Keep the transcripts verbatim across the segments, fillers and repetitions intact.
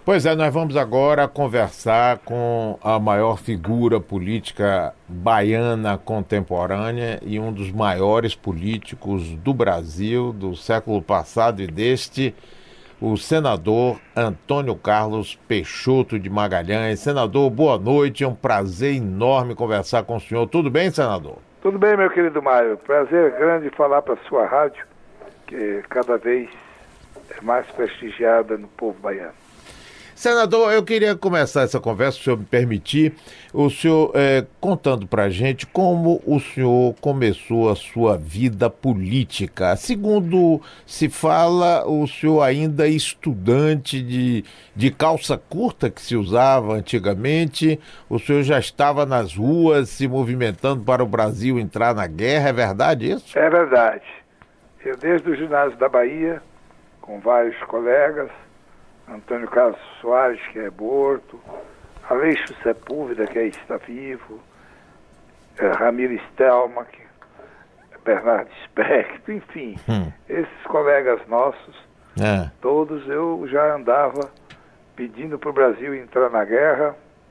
Pois é, nós vamos agora conversar com a maior figura política baiana contemporânea e um dos maiores políticos do Brasil, do século passado e deste, o senador Antônio Carlos Peixoto de Magalhães. Senador, boa noite, é um prazer enorme conversar com o senhor. Tudo bem, senador? Tudo bem, meu querido Mário. Prazer grande falar para a sua rádio, que cada vez é mais prestigiada no povo baiano. Senador, eu queria começar essa conversa, se o senhor me permitir, o senhor é, contando para a gente como o senhor começou a sua vida política. Segundo se fala, o senhor ainda é estudante de, de calça curta que se usava antigamente, o senhor já estava nas ruas se movimentando para o Brasil entrar na guerra, é verdade isso? É verdade. Eu desde o ginásio da Bahia, com vários colegas, Antônio Carlos Soares, que é morto, Aleixo Sepúlveda, que aí está vivo, é, Ramiro Stelma, que é Bernardo Spector, enfim, hum. esses colegas nossos, é. todos eu já andava pedindo para o Brasil entrar na guerra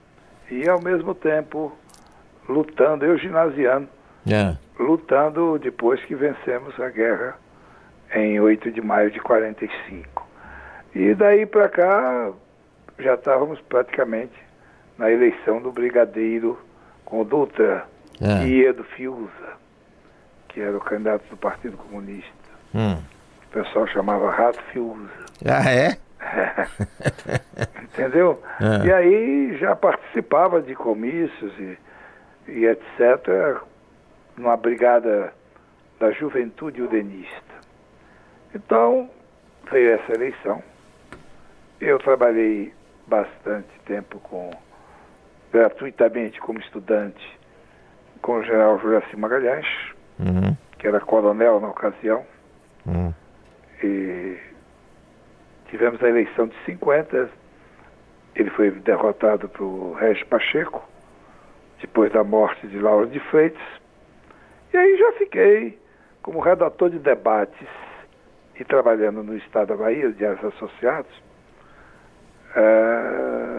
e ao mesmo tempo lutando, eu ginasiano, é. lutando depois que vencemos a guerra em oito de maio de quarenta e cinco. E daí para cá, já estávamos praticamente na eleição do brigadeiro com o Dutra é. e Edo Fiuza, que era o candidato do Partido Comunista. Hum. O pessoal chamava Rato Fiuza. Ah, é? é. Entendeu? É. E aí já participava de comícios e, e etcétera, numa brigada da juventude udenista. Então, veio essa eleição. Eu trabalhei bastante tempo com, gratuitamente como estudante com o general Juraci Magalhães, uhum. que era coronel na ocasião. Uhum. E tivemos a eleição de cinquenta, ele foi derrotado por Régis Pacheco, depois da morte de Lauro de Freitas. E aí já fiquei como redator de debates e trabalhando no Estado da Bahia, Diários Associados, Uh,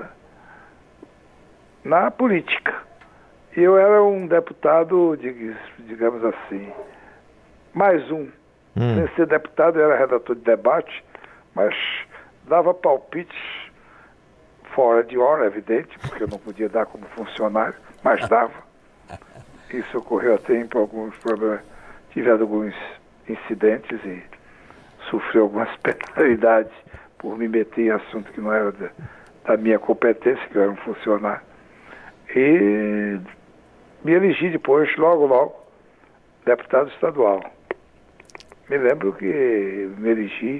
na política. Eu era um deputado, digamos assim, mais um. Hum. Sem ser deputado, eu era redator de debate, mas dava palpites fora de hora, evidente, porque eu não podia dar como funcionário, mas dava. Isso ocorreu a tempo, alguns problemas, tive alguns incidentes e sofri algumas penalidades por me meter em assunto que não era da, da minha competência, que eu era um funcionário. E me elegi depois, logo, logo, deputado estadual. Me lembro que me elegi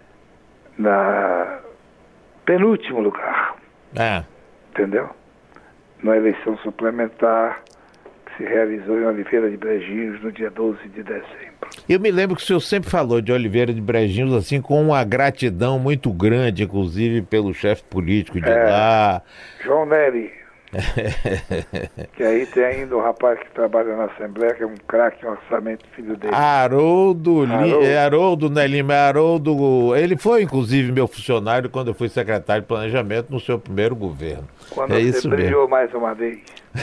na penúltimo lugar. É. Entendeu? Na eleição suplementar que se realizou em Oliveira de Brejinhos no dia doze de dezembro. Eu me lembro que o senhor sempre falou de Oliveira de Brejinhos assim com uma gratidão muito grande, inclusive pelo chefe político de é, lá. João Nery. Que aí tem ainda o rapaz que trabalha na Assembleia, que é um craque, um orçamento, filho dele. Haroldo, Haroldo. Li... Haroldo, né, Lima? Haroldo, ele foi inclusive meu funcionário quando eu fui secretário de Planejamento no seu primeiro governo. Quando é você isso brilhou mesmo. mais uma vez.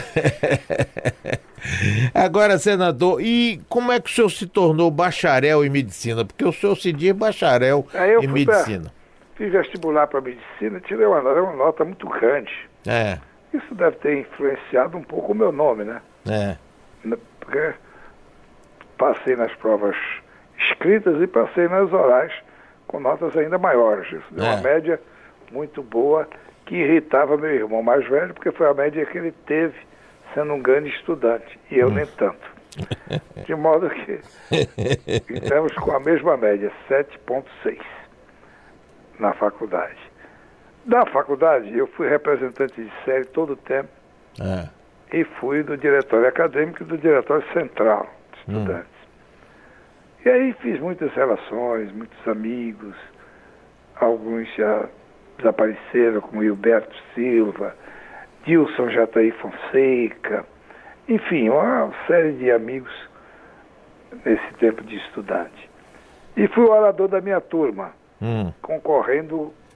Agora, senador, e como é que o senhor se tornou bacharel em medicina? Porque o senhor se diz bacharel em medicina. Pra, fiz vestibular para medicina, tirei uma, uma nota muito grande. É. Isso deve ter influenciado um pouco o meu nome, né? É. Porque passei nas provas escritas e passei nas orais com notas ainda maiores. Isso deu é. uma média muito boa que irritava meu irmão mais velho, porque foi a média que ele teve sendo um grande estudante, e eu hum. nem tanto. De modo que estamos com a mesma média, sete vírgula seis na faculdade. Da faculdade, eu fui representante de série todo o tempo é. e fui do diretório acadêmico e do diretório central de estudantes. Hum. E aí fiz muitas relações, muitos amigos, alguns já desapareceram, como Hilberto Silva, Dilson Jataí Fonseca, enfim, uma série de amigos nesse tempo de estudante. E fui o orador da minha turma, hum. concorrendo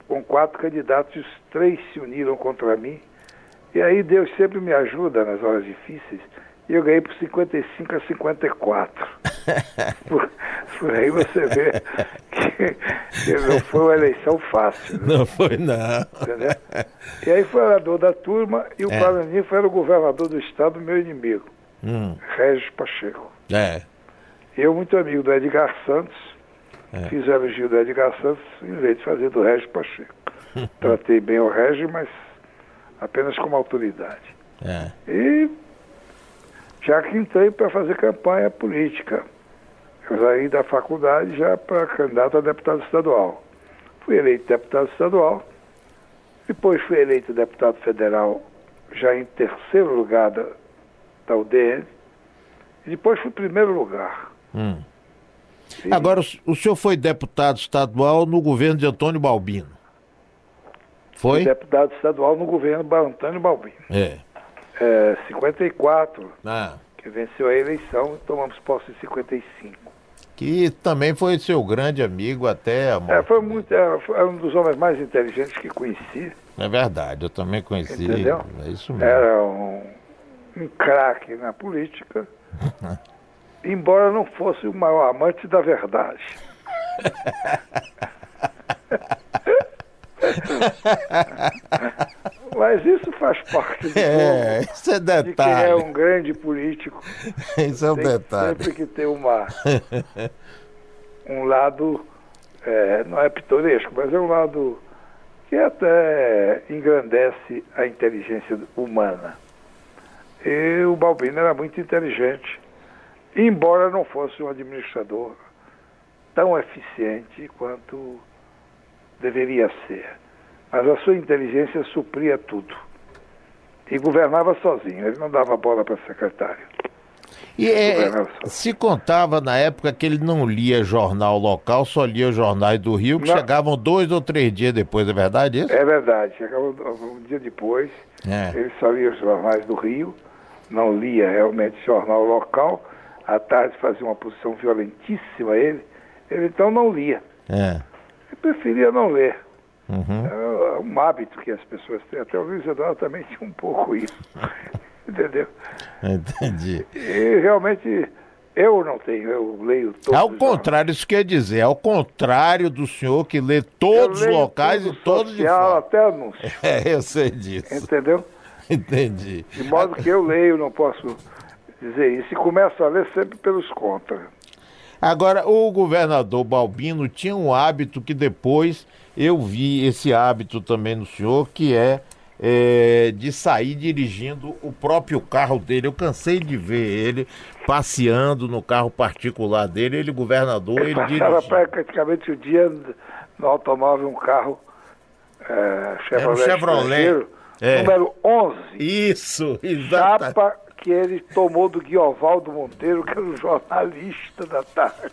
com quatro candidatos, os três se uniram contra mim. E aí Deus sempre me ajuda nas horas difíceis. E eu ganhei por cinquenta e cinco a cinquenta e quatro. por, por aí você vê que, que não foi uma eleição fácil. Né? Não foi, não. Entendeu? E aí foi o vereador da turma e o É. Paraninfo era o governador do estado, meu inimigo, Hum. Régis Pacheco. É. Eu, muito amigo do Edgar Santos, É. fiz o elogio do Edgar Santos em vez de fazer do Régis Pacheco. Tratei bem o Régis, mas apenas como autoridade. É. E já que entrei para fazer campanha política. Eu saí da faculdade já para candidato a deputado estadual. Fui eleito deputado estadual, depois fui eleito deputado federal já em terceiro lugar da, da U D N, e depois fui primeiro lugar. Hum. E Agora, o, o senhor foi deputado estadual no governo de Antônio Balbino. fui Foi? deputado estadual no governo Ba- Antônio Balbino. É. É, cinquenta e quatro, Ah. que venceu a eleição, e tomamos posse em cinquenta e cinco. Que também foi seu grande amigo até a É, morte. foi muito, é, foi um dos homens mais inteligentes que conheci. É verdade, eu também conheci. Entendeu? É isso mesmo. Era um, um craque na política, embora não fosse o maior amante da verdade. Mas isso faz parte do É, jogo, isso é de quem detalhe. é um grande político. Isso é um Tem detalhe. sempre que ter uma, um lado, é, não é pitoresco, mas é um lado que até engrandece a inteligência humana. E o Balbino era muito inteligente, embora não fosse um administrador tão eficiente quanto deveria ser. Mas a sua inteligência supria tudo. E governava sozinho, ele não dava bola para secretário. E é, Governava sozinho. se contava na época que ele não lia jornal local, só lia os jornais do Rio, que Não. chegavam dois ou três dias depois, é verdade isso? É verdade, chegava um dia depois, É. ele só lia os jornais do Rio, não lia realmente jornal local, à tarde fazia uma posição violentíssima a ele, ele então não lia. É. Ele preferia não ler. Uhum. É um hábito que as pessoas têm, até o Luiz Eduardo também tinha um pouco isso, entendeu? Entendi. E realmente eu não tenho, eu leio todos Ao os contrário, isso quer dizer, ao contrário do senhor que lê jornais. todos Eu os leio locais tudo e todos de social, fora. até anúncio, É, eu sei disso. entendeu? Entendi. De modo que eu leio, não posso dizer isso, e começo a ler sempre pelos contras. Agora, o governador Balbino tinha um hábito que depois eu vi esse hábito também no senhor, que é, é de sair dirigindo o próprio carro dele. Eu cansei de ver ele passeando no carro particular dele, ele governador, ele Passava dirigia. praticamente o dia no automóvel, um carro é, Chevrolet, Chevrolet, estrangeiro, é. número onze, Isso, exato. chapa que ele tomou do Guiovaldo Monteiro, que era um jornalista da tarde.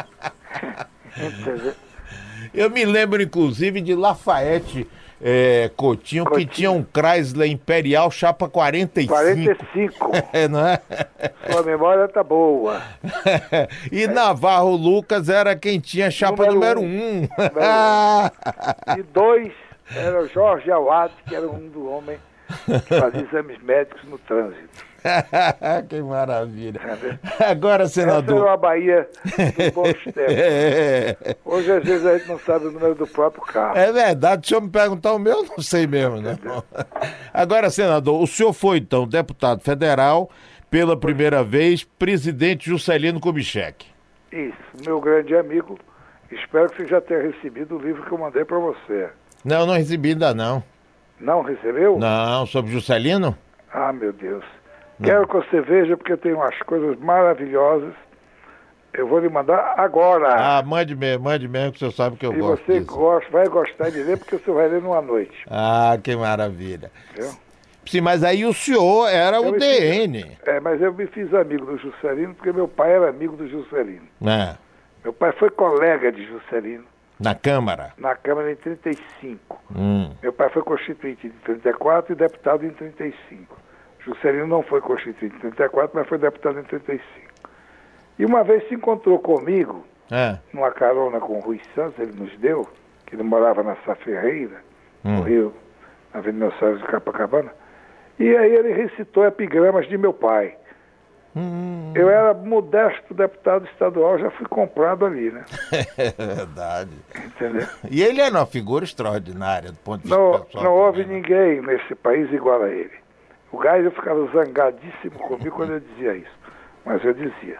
Entendeu? Eu me lembro, inclusive, de Lafayette é, Coutinho, Coutinho. que tinha um Chrysler Imperial Chapa quarenta e cinco. quarenta e cinco. É, não é? Sua memória tá boa. E Navarro Lucas era quem tinha chapa número, Número um. um. Número E dois era o Jorge Awad, que era um do homem que fazia exames médicos no trânsito. Que maravilha. Entendeu? Agora, Essa era senador. a Bahia dos bons tempos. É, Hoje, às vezes, a gente não sabe o número do próprio carro. é verdade, se eu me perguntar o meu, eu não sei mesmo, não. Agora, senador, o senhor foi, então, deputado federal, pela primeira vez, presidente Juscelino Kubitschek. Isso, meu grande amigo. Espero que você já tenha recebido o livro que eu mandei para você. Não, não recebi ainda não. Não recebeu? Não, sobre Juscelino? Ah, meu Deus. Quero que você veja, porque tem umas coisas maravilhosas. Eu vou lhe mandar agora. Ah, mande mesmo, mande mesmo, que você sabe que eu e gosto você disso. gosta, vai gostar de ler, porque você vai ler numa noite. Ah, que maravilha. Viu? Sim, mas aí o senhor era Eu o me D N. É, mas eu me fiz amigo do Juscelino, porque meu pai era amigo do Juscelino. Né? Meu pai foi colega de Juscelino Na Câmara. na Câmara em trinta e cinco. Hum. Meu pai foi constituinte em trinta e quatro e deputado em trinta e cinco. Juscelino não foi constituinte em trinta e quatro, mas foi deputado em trinta e cinco. E uma vez se encontrou comigo, É. numa carona com o Rui Santos, ele nos deu, que ele morava na Sá Ferreira, hum. no Rio, na Avenida Nossa Senhora de Copacabana, e aí ele recitou epigramas de meu pai. Hum. Eu era modesto deputado estadual, já fui comprado ali, né? É verdade. Entendeu? E ele era uma figura extraordinária do ponto de vista não, pessoal. Não houve também, né? ninguém nesse país igual a ele. O Geisel ficava zangadíssimo comigo quando eu dizia isso. Mas eu dizia.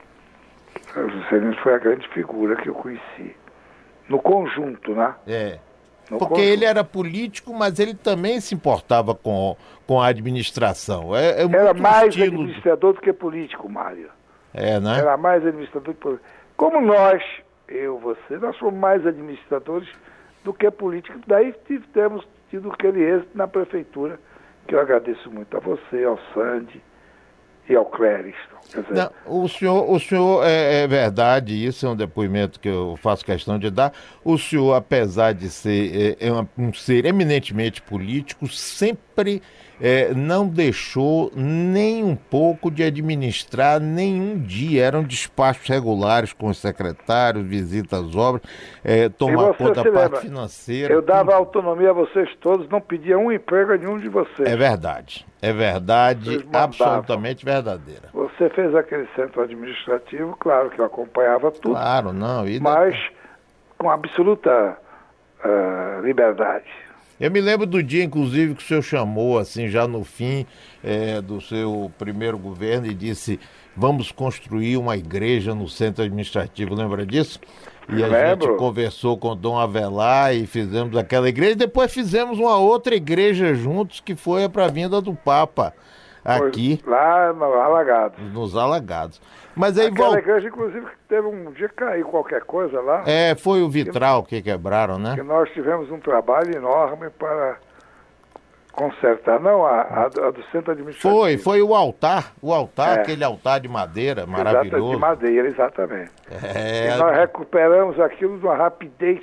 O Juscelino foi a grande figura que eu conheci. No conjunto, né? É. No Porque conjunto. ele era político, mas ele também se importava com, com a administração. É, é era mais estilo... administrador do que político, Mário. É, né? Era mais administrador do que político. Como nós, eu, você, nós somos mais administradores do que políticos. Daí temos tido aquele êxito na prefeitura, que eu agradeço muito a você, ao Sandy e ao Clériston. Não, o senhor, o senhor é, é verdade, isso é um depoimento que eu faço questão de dar. O senhor, apesar de ser é, é um ser eminentemente político, sempre é, não deixou nem um pouco de administrar nenhum dia. Eram despachos regulares com os secretários, visitas às obras, é, tomar conta da parte financeira. Eu dava tudo. Autonomia a vocês todos, não pedia um emprego a nenhum de vocês. É verdade, é verdade, absolutamente verdadeira. Você fez aquele centro administrativo, claro que eu acompanhava tudo. Claro, não. E mas com absoluta uh, liberdade. Eu me lembro do dia, inclusive, que o senhor chamou, assim, já no fim é, do seu primeiro governo e disse, vamos construir uma igreja no centro administrativo, lembra disso? E a Lembro. gente conversou com o Dom Avelar e fizemos aquela igreja, depois fizemos uma outra igreja juntos, que foi para a vinda do Papa. Aqui. Lá no Alagados. Nos Alagados. Mas aí Aquela vol... igreja, inclusive, teve um dia que caiu qualquer coisa lá. É, foi o vitral que, que quebraram, né? Que nós tivemos um trabalho enorme para consertar. Não, a, a, a do centro administrativo. Foi, foi o altar. O altar, é. aquele altar de madeira maravilhoso. Exato, de madeira, exatamente. É... E nós recuperamos aquilo de uma rapidez.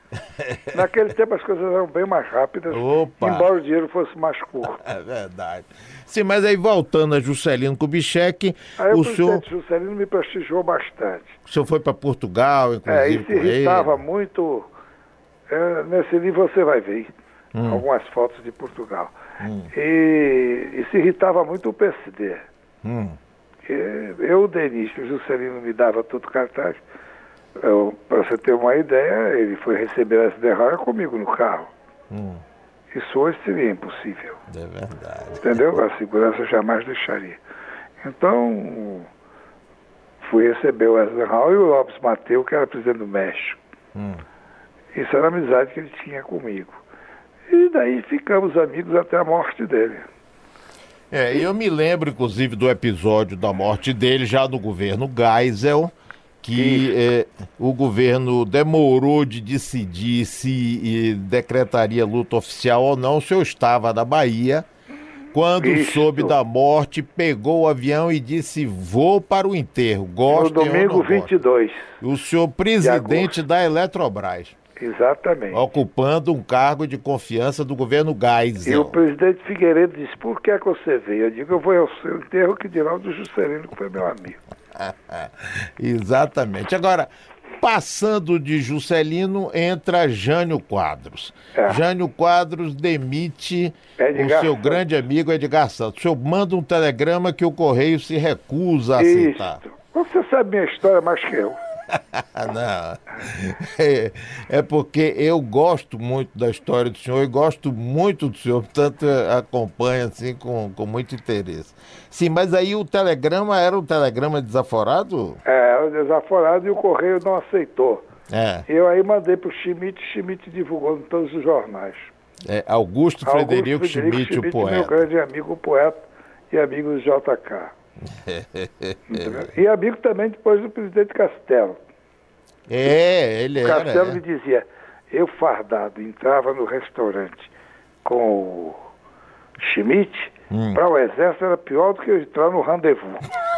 Naquele tempo as coisas eram bem mais rápidas, Opa. embora o dinheiro fosse mais curto. É verdade. Sim, mas aí voltando a Juscelino Kubitschek, aí o, o senhor... presidente Juscelino me prestigiou bastante. O senhor foi para Portugal, inclusive, é, e se irritava ele. muito. É, nesse livro você vai ver hum. algumas fotos de Portugal. Hum. E, e se irritava muito o P S D. Hum. Eu, o Denis, o Juscelino me dava todo cartaz. Para você ter uma ideia, ele foi receber essa derrota comigo no carro. Hum. Isso hoje seria impossível. É verdade. Entendeu? A segurança jamais deixaria. Então, fui receber o Eisenhower e o Lopes Mateus, que era presidente do México. Hum. Isso era a amizade que ele tinha comigo. E daí ficamos amigos até a morte dele. É, eu me lembro, inclusive, do episódio da morte dele, já no governo Geisel, que eh, o governo demorou de decidir se eh, decretaria luta oficial ou não. O senhor estava na Bahia, quando Isso. soube da morte, pegou o avião e disse, vou para o enterro, gosto no domingo vinte e dois. O senhor presidente da Eletrobras. Exatamente. Ocupando um cargo de confiança do governo Geisel. E o presidente Figueiredo disse, por que é que você veio? Eu digo, eu vou ao seu enterro, que dirá o do Juscelino, que foi meu amigo. Exatamente. Agora, passando de Juscelino, entra Jânio Quadros. É. Jânio Quadros demite Edgar o seu Santos. Grande amigo Edgar Santos. O senhor manda um telegrama que o Correio se recusa a aceitar. Isso. Você sabe minha história mais que eu. Não, é, é porque eu gosto muito da história do senhor e gosto muito do senhor, portanto acompanho assim com, com muito interesse. Sim, mas aí o telegrama era um telegrama desaforado? É, era desaforado e o Correio não aceitou. É. Eu aí mandei para o Schmidt, Schmidt divulgou em todos os jornais. É, Augusto, Augusto Frederico, Frederico Schmidt, Schmidt, o poeta. Meu grande amigo, o poeta e amigo do J K. E amigo também depois do presidente Castelo. É, ele o era. Castelo é. me dizia, eu fardado, entrava no restaurante com o Schmidt, hum. para o exército era pior do que eu entrar no rendezvous.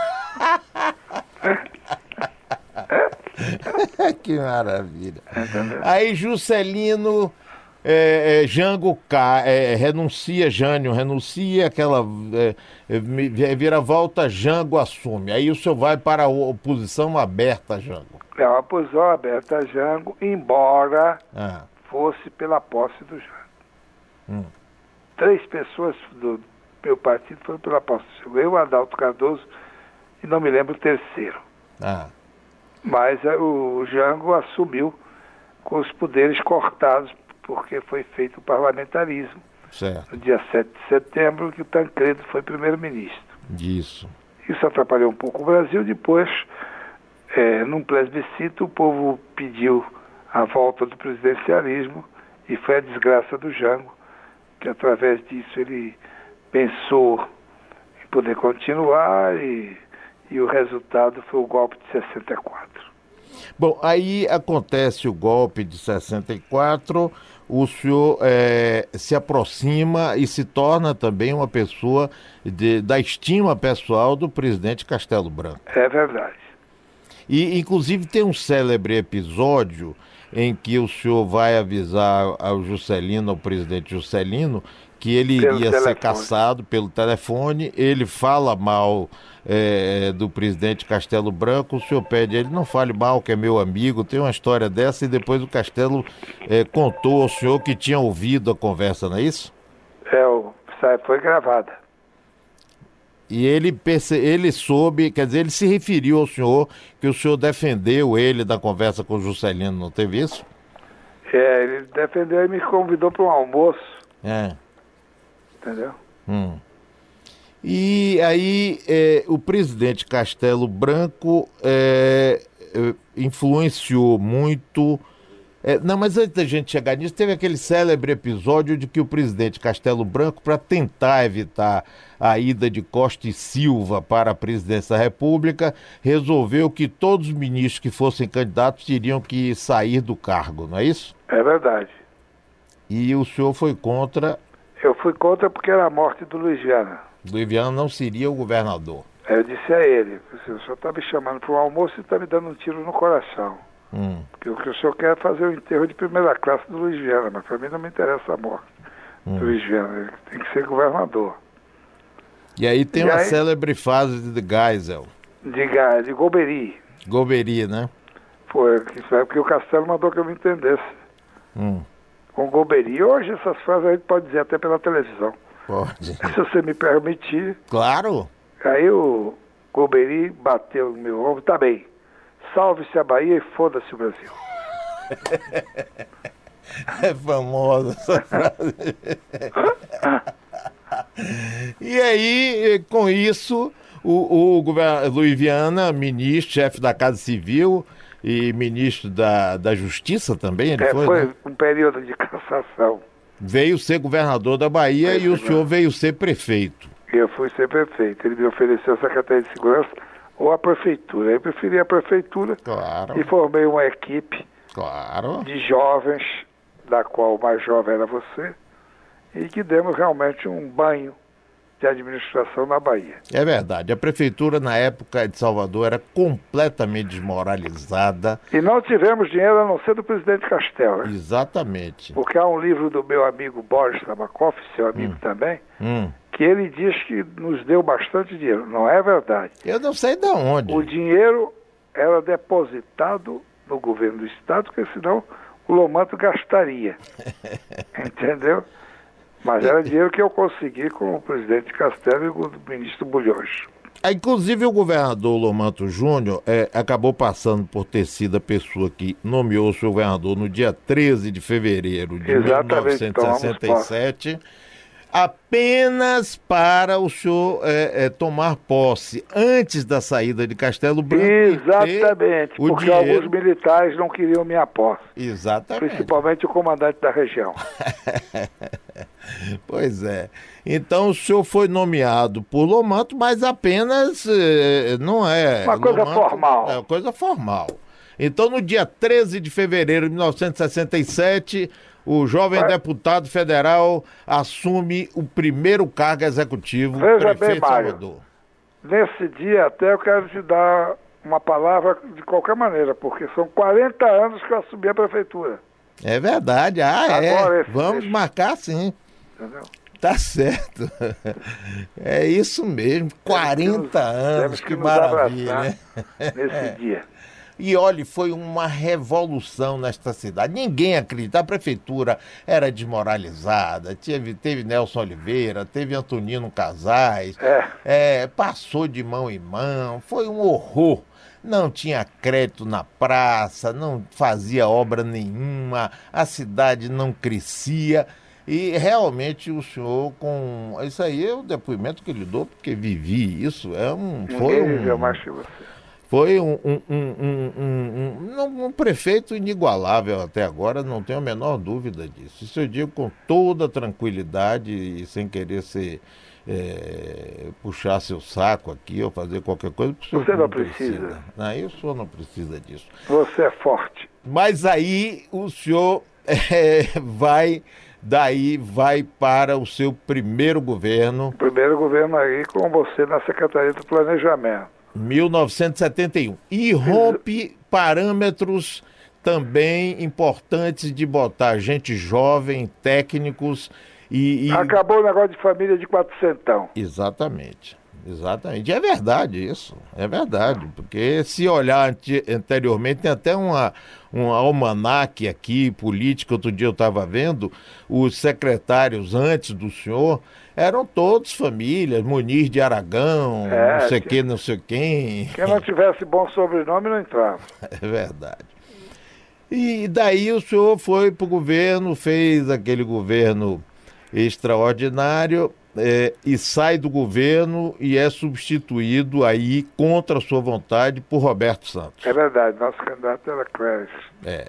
Que maravilha. Entendeu? Aí Juscelino... É, é, Jango K, é, renuncia, Jânio renuncia, aquela é, é, vira volta, Jango assume. Aí o senhor vai para a oposição aberta, Jango. É uma oposição aberta a Jango, embora ah. fosse pela posse do Jango. Hum. Três pessoas do meu partido foram pela posse do Jango. Eu, Adalto Cardoso, e não me lembro o terceiro. Ah. Mas é, o Jango assumiu com os poderes cortados, porque foi feito o parlamentarismo. Certo. No dia sete de setembro, que o Tancredo foi primeiro-ministro. Isso. Isso atrapalhou um pouco o Brasil. Depois, é, num plebiscito, o povo pediu a volta do presidencialismo e foi a desgraça do Jango, que através disso ele pensou em poder continuar e, e o resultado foi o golpe de sessenta e quatro. Bom, aí acontece o golpe de sessenta e quatro, o senhor é, se aproxima e se torna também uma pessoa de, da estima pessoal do presidente Castelo Branco. É verdade. E, inclusive, tem um célebre episódio em que o senhor vai avisar ao Juscelino, ao presidente Juscelino, que ele Pelo iria telefone. ser caçado pelo telefone. Ele fala mal é, do presidente Castelo Branco, o senhor pede a ele, não fale mal, que é meu amigo, tem uma história dessa, e depois o Castelo é, contou ao senhor que tinha ouvido a conversa, não é isso? É, o, foi gravada. E ele, perce... ele soube, quer dizer, ele se referiu ao senhor, que o senhor defendeu ele da conversa com o Juscelino, não teve isso? É, ele defendeu e me convidou para um almoço. É. Entendeu? Hum. E aí é, o presidente Castelo Branco é, é, influenciou muito... É, não, mas antes da gente chegar nisso, teve aquele célebre episódio de que o presidente Castelo Branco, para tentar evitar a ida de Costa e Silva para a presidência da República, resolveu que todos os ministros que fossem candidatos teriam que sair do cargo, não é isso? É verdade. E o senhor foi contra... Eu fui contra porque era a morte do Luiz Viana. Luiz Viana não seria o governador. Aí eu disse a ele, o senhor está me chamando para um almoço e está me dando um tiro no coração. Hum. Porque o que o senhor quer é fazer o enterro de primeira classe do Luiz Viana, mas para mim não me interessa a morte hum. do Luiz Viana, ele tem que ser governador. E aí tem e uma aí, célebre frase de Geisel. De, de Golbery. Golbery, né? Foi, isso é porque o Castelo mandou que eu me entendesse. Hum. Com Golbery. Hoje essas frases a gente pode dizer até pela televisão. Pode. Se você me permitir. Claro. Aí o Golbery bateu no meu ombro, tá bem. Salve-se a Bahia e foda-se o Brasil. É famosa essa frase. E aí, com isso, o, o governador Luiz Viana, ministro, chefe da Casa Civil e ministro da, da Justiça também, ele é, foi, foi né? um período de cassação. Veio ser governador da Bahia foi, e o senhor veio ser prefeito. Eu fui ser prefeito. Ele me ofereceu a Secretaria de Segurança ou a Prefeitura. Eu preferi a Prefeitura. Claro. E formei uma equipe claro. de jovens, da qual o mais jovem era você, e que demos realmente um banho de administração na Bahia. É verdade. A Prefeitura, na época de Salvador, era completamente desmoralizada. E não tivemos dinheiro a não ser do presidente Castelo. Né? Exatamente. Porque há um livro do meu amigo Boris Tabakoff, seu amigo hum. também, hum. que ele diz que nos deu bastante dinheiro. Não é verdade. Eu não sei de onde. O dinheiro era depositado no governo do Estado, porque senão o Lomanto gastaria. Entendeu? Mas era dinheiro que eu consegui com o presidente Castelo e o ministro Bulhões. Inclusive o governador Lomanto Júnior é, acabou passando por ter sido a pessoa que nomeou o seu governador no dia treze de fevereiro de Exatamente, mil novecentos e sessenta e sete, apenas para o senhor é, é, tomar posse antes da saída de Castelo Branco. Exatamente, porque dinheiro... alguns militares não queriam minha posse. Exatamente. Principalmente o comandante da região. Pois é. Então o senhor foi nomeado por Lomanto, mas apenas eh, não é... Uma coisa Lomanto, formal. É uma coisa formal. Então no dia treze de fevereiro de mil novecentos e sessenta e sete, o jovem é. deputado federal assume o primeiro cargo executivo. Veja bem, Mário, nesse dia até eu quero te dar uma palavra de qualquer maneira, porque são quarenta anos que eu assumi a prefeitura. É verdade, ah, Agora, é. Vamos deixa... marcar sim. Entendeu? Tá certo. É isso mesmo, quarenta nos, anos, que, que maravilha, né? Nesse dia. E olha, foi uma revolução nesta cidade. Ninguém acredita. A prefeitura era desmoralizada. Teve, teve Nelson Oliveira, teve Antonino Casais. É. É, passou de mão em mão. Foi um horror. Não tinha crédito na praça, não fazia obra nenhuma, a cidade não crescia. E realmente o senhor, com. Isso aí é o depoimento que ele deu, porque vivi isso. É um. Foi Ninguém viveu um. mais que você. Foi um, um, um, um, um, um, um prefeito inigualável até agora, não tenho a menor dúvida disso. Isso eu digo com toda tranquilidade e sem querer ser, é, puxar seu saco aqui ou fazer qualquer coisa. Porque o senhor Você não não precisa. precisa. Aí o senhor não precisa disso. Você é forte. Mas aí o senhor é, vai, daí vai para o seu primeiro governo. O primeiro governo aí com você na Secretaria do Planejamento. mil novecentos e setenta e um. E rompe parâmetros também importantes de botar gente jovem, técnicos e... e... Acabou o negócio de família de quatrocentão. Exatamente, exatamente. E é verdade isso, é verdade. Porque se olhar ante- anteriormente, tem até uma, um almanaque aqui, político, outro dia eu estava vendo, os secretários antes do senhor... Eram todos famílias, Muniz de Aragão, É, não sei que- quem, não sei quem. Quem não tivesse bom sobrenome não entrava. É verdade. E daí o senhor foi para o governo, fez aquele governo extraordinário é, e sai do governo e é substituído aí, contra a sua vontade, por Roberto Santos. É verdade, nosso candidato era Cléris. É.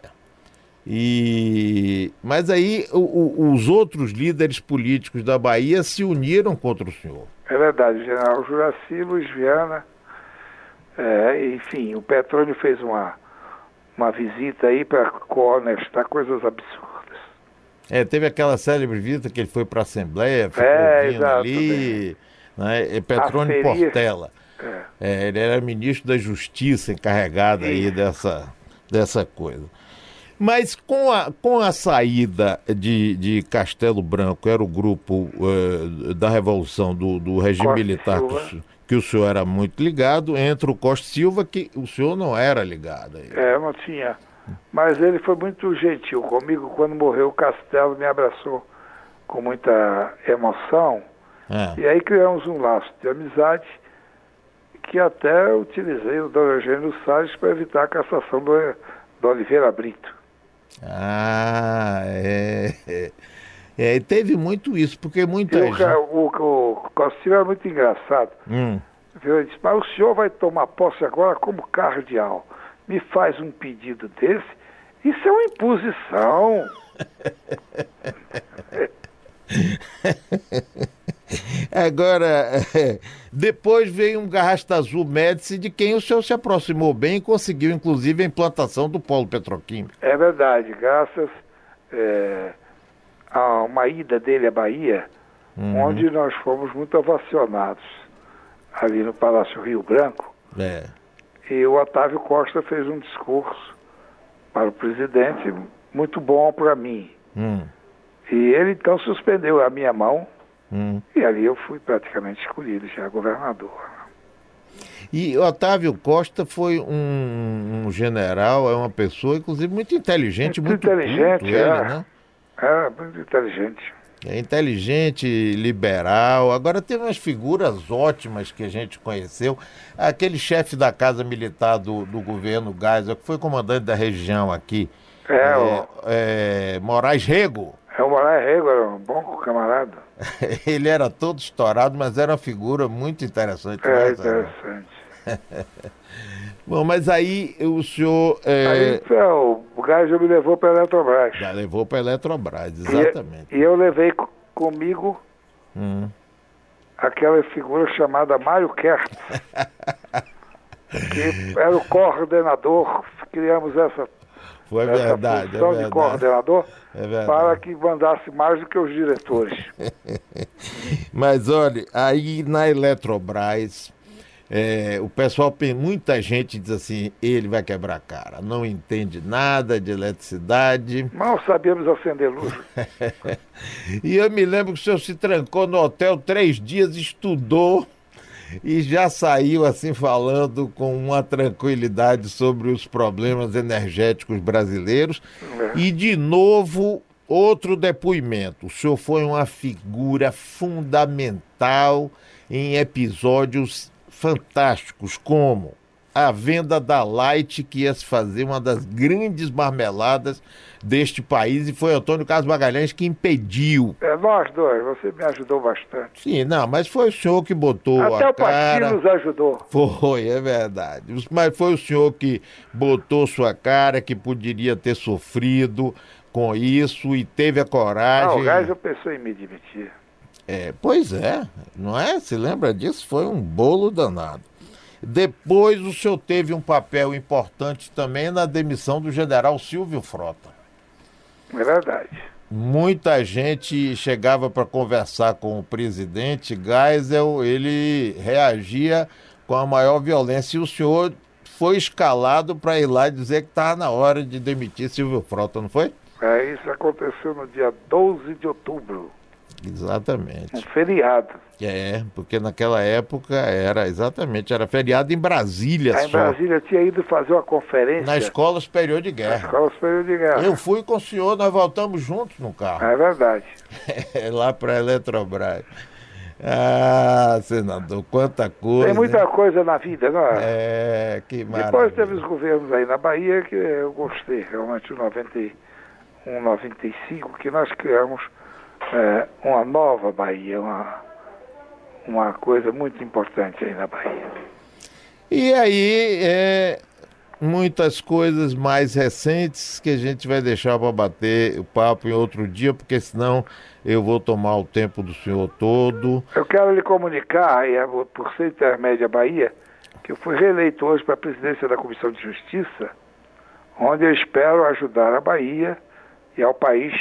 E... Mas aí o- o- os outros líderes políticos da Bahia se uniram contra o senhor. É verdade, o general Juraci, Luiz Viana, é, enfim, o Petrônio fez uma, uma visita aí para cohonestar coisas absurdas. É, teve aquela célebre visita que ele foi para a Assembleia, ficou É, ouvindo exato, ali, né? É Petrônio Aferir. Portela. É. É, ele era ministro da Justiça, encarregado aí Isso. dessa, dessa coisa. Mas com a, com a saída de, de Castelo Branco, era o grupo eh, da Revolução do, do regime Costa militar que o, Silva. senhor- que o senhor era muito ligado, entra o Costa Silva, que o senhor não era ligado. Aí. É, eu não tinha. Mas ele foi muito gentil comigo. Quando morreu o Castelo, me abraçou com muita emoção. É. E aí criamos um laço de amizade que até utilizei o Dom Eugênio Salles para evitar a cassação do, do Oliveira Brito. Ah, é. é. É, e teve muito isso, porque muita E o, gente... ca- o, o Costa Silva era muito engraçado. Hum. Viu? Ele disse, mas o senhor vai tomar posse agora como cardeal. Me faz um pedido desse? Isso é uma imposição. Agora, depois veio um Garrasta Azul Médici, de quem o senhor se aproximou bem e conseguiu, inclusive, a implantação do polo petroquímico. É verdade, graças é, a uma ida dele à Bahia, Uhum. onde nós fomos muito ovacionados, ali no Palácio Rio Branco, É. e o Otávio Costa fez um discurso para o presidente muito bom para mim. Hum. E ele então suspendeu a minha mão, Hum. e ali eu fui praticamente escolhido já governador. E Otávio Costa foi um, um general, é uma pessoa, inclusive, muito inteligente, muito, Muito inteligente, culto, ele, é. né? É, muito inteligente. É inteligente, liberal. Agora tem umas figuras ótimas que a gente conheceu. Aquele chefe da Casa Militar do, do governo Geisel, que foi comandante da região aqui, É, é, o, é, Moraes Rego. é o Moraes Rego, era um bom camarada. Ele era todo estourado, mas era uma figura muito interessante. É, né, Zé? interessante. Bom, mas aí o senhor é, Aí então, o Geisel me levou para a Eletrobras. já levou para a Eletrobras, exatamente. E, e eu levei co- comigo Hum. aquela figura chamada Mário Kertz, que era o coordenador, criamos essa, Foi essa verdade, é função de verdade. coordenador É verdade. para que mandasse mais do que os diretores. Mas olha, aí na Eletrobras, é, o pessoal, tem muita gente diz assim, ele vai quebrar a cara, não entende nada de eletricidade. Mal sabíamos acender luz. E eu me lembro que o senhor se trancou no hotel três dias, estudou e já saiu assim falando com uma tranquilidade sobre os problemas energéticos brasileiros. É. E de novo, outro depoimento. O senhor foi uma figura fundamental em episódios fantásticos, como a venda da Light, que ia se fazer uma das grandes marmeladas deste país, e foi Antônio Carlos Magalhães que impediu. É, nós dois, você me ajudou bastante. Sim, não, mas foi o senhor que botou Até a o Pasquim cara. nos ajudou. Foi, é verdade. Mas foi o senhor que botou sua cara, que poderia ter sofrido com isso e teve a Ah, coragem. o Gás eu pensou em me demitir. É, pois é, não é? Se lembra disso? Foi um bolo danado. Depois o senhor teve um papel importante também na demissão do general Silvio Frota. É verdade. Muita gente chegava para conversar com o presidente Geisel, ele reagia com a maior violência, e o senhor foi escalado para ir lá dizer que estava na hora de demitir Silvio Frota, não foi? É, isso aconteceu no dia doze de outubro, um Exatamente. feriado. É, porque naquela época era exatamente, era feriado em Brasília Aí em só. Brasília tinha ido fazer uma conferência. Na Escola Superior de Na Guerra. Escola Superior de Guerra. Eu fui com o senhor, nós voltamos juntos no carro. É verdade. Lá para a Eletrobras. Ah, senador, quanta coisa. Tem muita hein? coisa na vida, não é? É, que maravilha. Depois teve os governos aí na Bahia que eu gostei, realmente o noventa e um, noventa e cinco, que nós criamos é, uma nova Bahia, uma, uma coisa muito importante aí na Bahia. E aí, é, muitas coisas mais recentes que a gente vai deixar para bater o papo em outro dia, porque senão eu vou tomar o tempo do senhor todo. Eu quero lhe comunicar, e é por ser intermédia Bahia, que eu fui reeleito hoje para a presidência da Comissão de Justiça, onde eu espero ajudar a Bahia e ao país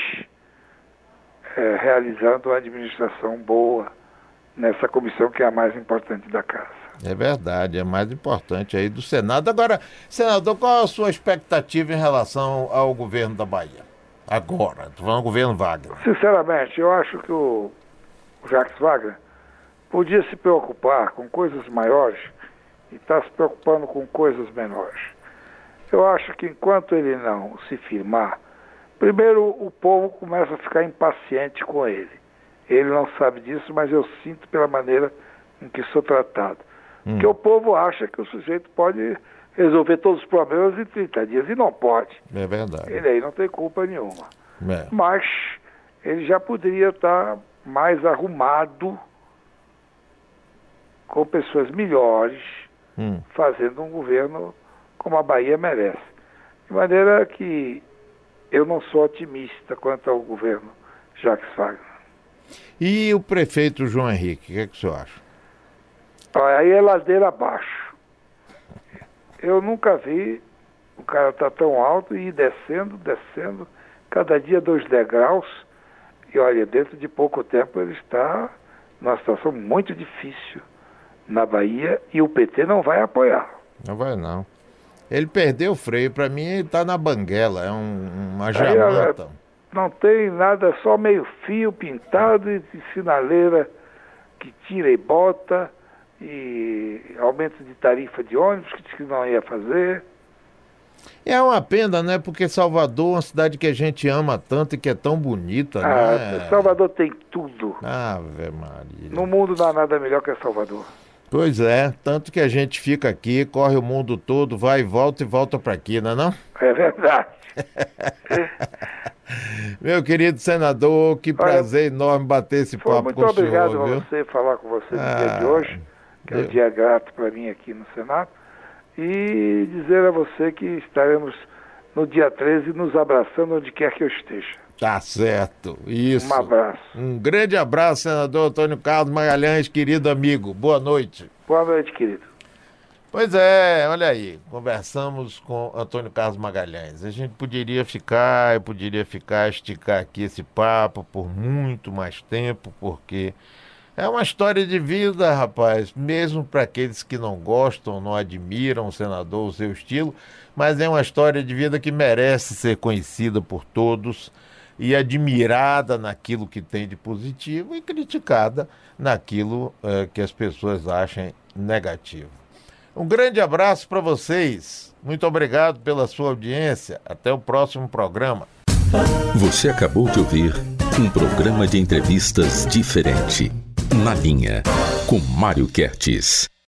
é, realizando uma administração boa nessa comissão que é a mais importante da casa. É verdade, é mais importante aí do Senado. Agora, senador, qual é a sua expectativa em relação ao governo da Bahia? Agora, estou falando do governo Wagner. Sinceramente, eu acho que o, o Jacques Wagner podia se preocupar com coisas maiores e está se preocupando com coisas menores. Eu acho que enquanto ele não se firmar, primeiro o povo começa a ficar impaciente com ele. Ele não sabe disso, mas eu sinto pela maneira em que sou tratado. Hum. Porque o povo acha que o sujeito pode resolver todos os problemas em trinta dias, e não pode. É verdade. Ele aí não tem culpa nenhuma. É. Mas ele já poderia estar mais arrumado, com pessoas melhores, hum. fazendo um governo como a Bahia merece. De maneira que eu não sou otimista quanto ao governo Jacques Wagner. E o prefeito João Henrique, o que é que o senhor acha? Aí é ladeira abaixo. Eu nunca vi o cara estar tá tão alto e ir descendo, descendo, cada dia dois degraus. E olha, dentro de pouco tempo ele está numa situação muito difícil na Bahia e o P T não vai apoiar. Não vai não. Ele perdeu o freio, para mim ele está na banguela, é um, uma Aí, jamanta. Não tem nada, só meio fio pintado e sinaleira que tira e bota, e aumento de tarifa de ônibus que disse que não ia fazer. É uma pena, né? Porque Salvador é uma cidade que a gente ama tanto e que é tão bonita, ah, né? Salvador tem tudo. Ave Maria. No mundo não há nada melhor que Salvador. Pois é, tanto que a gente fica aqui, corre o mundo todo, vai e volta e volta para aqui, não é não? É verdade. Meu querido senador, que prazer Olha, enorme bater esse papo com o senhor. Muito obrigado viu? a você falar com você no ah, dia de hoje, que é um dia grato para mim aqui no Senado, e dizer a você que estaremos no dia treze nos abraçando onde quer que eu esteja. Tá certo, isso. Um abraço. Um grande abraço, senador Antônio Carlos Magalhães, querido amigo. Boa noite. Boa noite, querido. Pois é, olha aí, conversamos com Antônio Carlos Magalhães. A gente poderia ficar, eu poderia ficar, esticar aqui esse papo por muito mais tempo, porque é uma história de vida, rapaz, mesmo para aqueles que não gostam, não admiram o senador, o seu estilo, mas é uma história de vida que merece ser conhecida por todos e admirada naquilo que tem de positivo e criticada naquilo eh, que as pessoas achem negativo. Um grande abraço para vocês. Muito obrigado pela sua audiência. Até o próximo programa. Você acabou de ouvir um programa de entrevistas diferente. Na Linha, com Mário Kertes.